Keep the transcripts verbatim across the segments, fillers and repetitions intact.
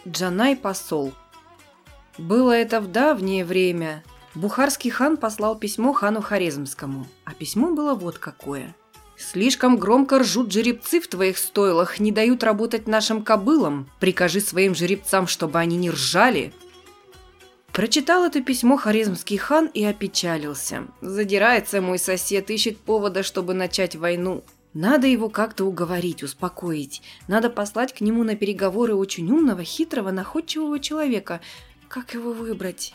Джанай посол. Было это в давнее время. Бухарский хан послал письмо хану Хорезмскому, а письмо было вот какое. «Слишком громко ржут жеребцы в твоих стойлах, не дают работать нашим кобылам. Прикажи своим жеребцам, чтобы они не ржали». Прочитал это письмо хорезмский хан и опечалился. Задирается мой сосед, ищет повода, чтобы начать войну. Надо его как-то уговорить, успокоить. Надо послать к нему на переговоры очень умного, хитрого, находчивого человека. Как его выбрать?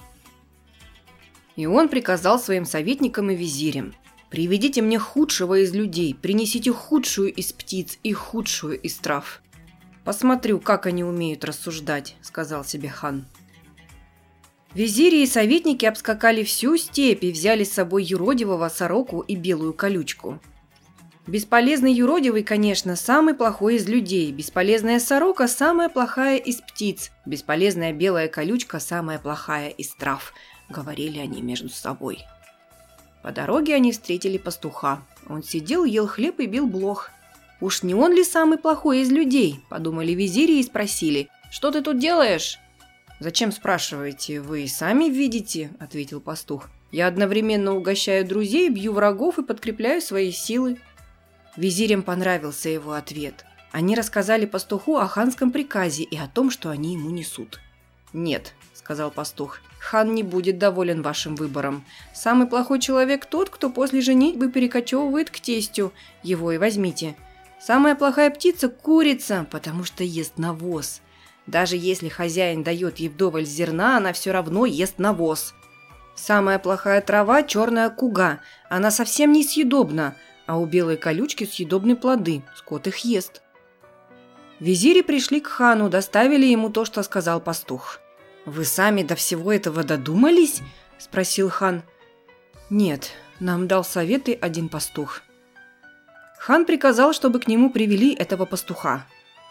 И он приказал своим советникам и визирям: «Приведите мне худшего из людей, принесите худшую из птиц и худшую из трав». «Посмотрю, как они умеют рассуждать», — сказал себе хан. Визири и советники обскакали всю степь и взяли с собой юродивого сороку и белую колючку. Бесполезный юродивый, конечно, самый плохой из людей, бесполезная сорока – самая плохая из птиц, бесполезная белая колючка – самая плохая из трав, говорили они между собой. По дороге они встретили пастуха. Он сидел, ел хлеб и бил блох. «Уж не он ли самый плохой из людей?» – подумали визири и спросили: «Что ты тут делаешь?» «Зачем спрашиваете? Вы и сами видите», – ответил пастух. «Я одновременно угощаю друзей, бью врагов и подкрепляю свои силы». Визирям понравился его ответ. Они рассказали пастуху о ханском приказе и о том, что они ему несут. «Нет», – сказал пастух, – «хан не будет доволен вашим выбором. Самый плохой человек тот, кто после женитьбы перекочевывает к тестю. Его и возьмите. Самая плохая птица – курица, потому что ест навоз. Даже если хозяин дает ей вдоволь зерна, она все равно ест навоз. Самая плохая трава – черная куга. Она совсем несъедобна. А у белой колючки съедобны плоды, скот их ест». Визири пришли к хану, доставили ему то, что сказал пастух. «Вы сами до всего этого додумались?» – спросил хан. «Нет, нам дал советы один пастух». Хан приказал, чтобы к нему привели этого пастуха.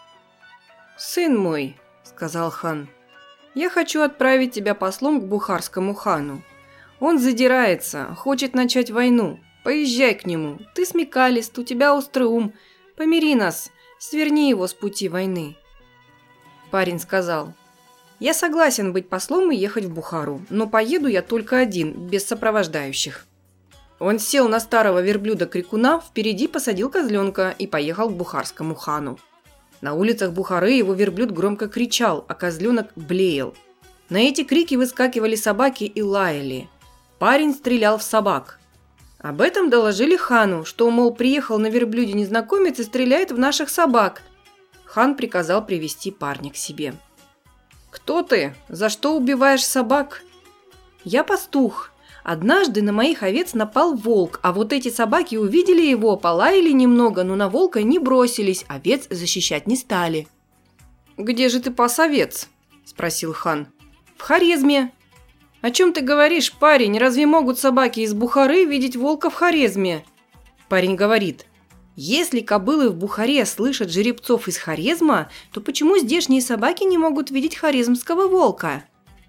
«Сын мой», – сказал хан, – «я хочу отправить тебя послом к бухарскому хану. Он задирается, хочет начать войну. Поезжай к нему, ты смекалист, у тебя острый ум. Помири нас, сверни его с пути войны». Парень сказал: «Я согласен быть послом и ехать в Бухару, но поеду я только один, без сопровождающих». Он сел на старого верблюда-крикуна, впереди посадил козленка и поехал к бухарскому хану. На улицах Бухары его верблюд громко кричал, а козленок блеял. На эти крики выскакивали собаки и лаяли. Парень стрелял в собак. Об этом доложили хану, что, мол, приехал на верблюде незнакомец и стреляет в наших собак. Хан приказал привести парня к себе. «Кто ты? За что убиваешь собак?» «Я пастух. Однажды на моих овец напал волк, а вот эти собаки увидели его, полаяли немного, но на волка не бросились, овец защищать не стали». «Где же ты пас овец?» – спросил хан. «В Хорезме». «О чем ты говоришь, парень? Разве могут собаки из Бухары видеть волка в Хорезме?» Парень говорит: «Если кобылы в Бухаре слышат жеребцов из Хорезма, то почему здешние собаки не могут видеть хорезмского волка?»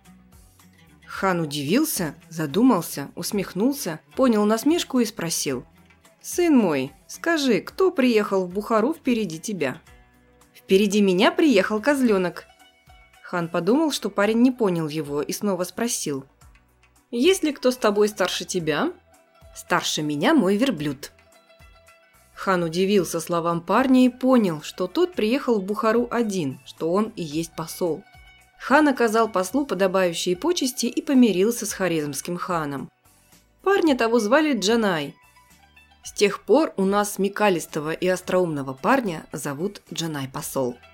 Хан удивился, задумался, усмехнулся, понял насмешку и спросил: «Сын мой, скажи, кто приехал в Бухару впереди тебя?» «Впереди меня приехал козленок». Хан подумал, что парень не понял его, и снова спросил: «Есть ли кто с тобой старше тебя?» «Старше меня мой верблюд». Хан удивился словам парня и понял, что тот приехал в Бухару один, что он и есть посол. Хан оказал послу подобающие почести и помирился с хорезмским ханом. Парня того звали Джанай. С тех пор у нас смекалистого и остроумного парня зовут Джанай-посол.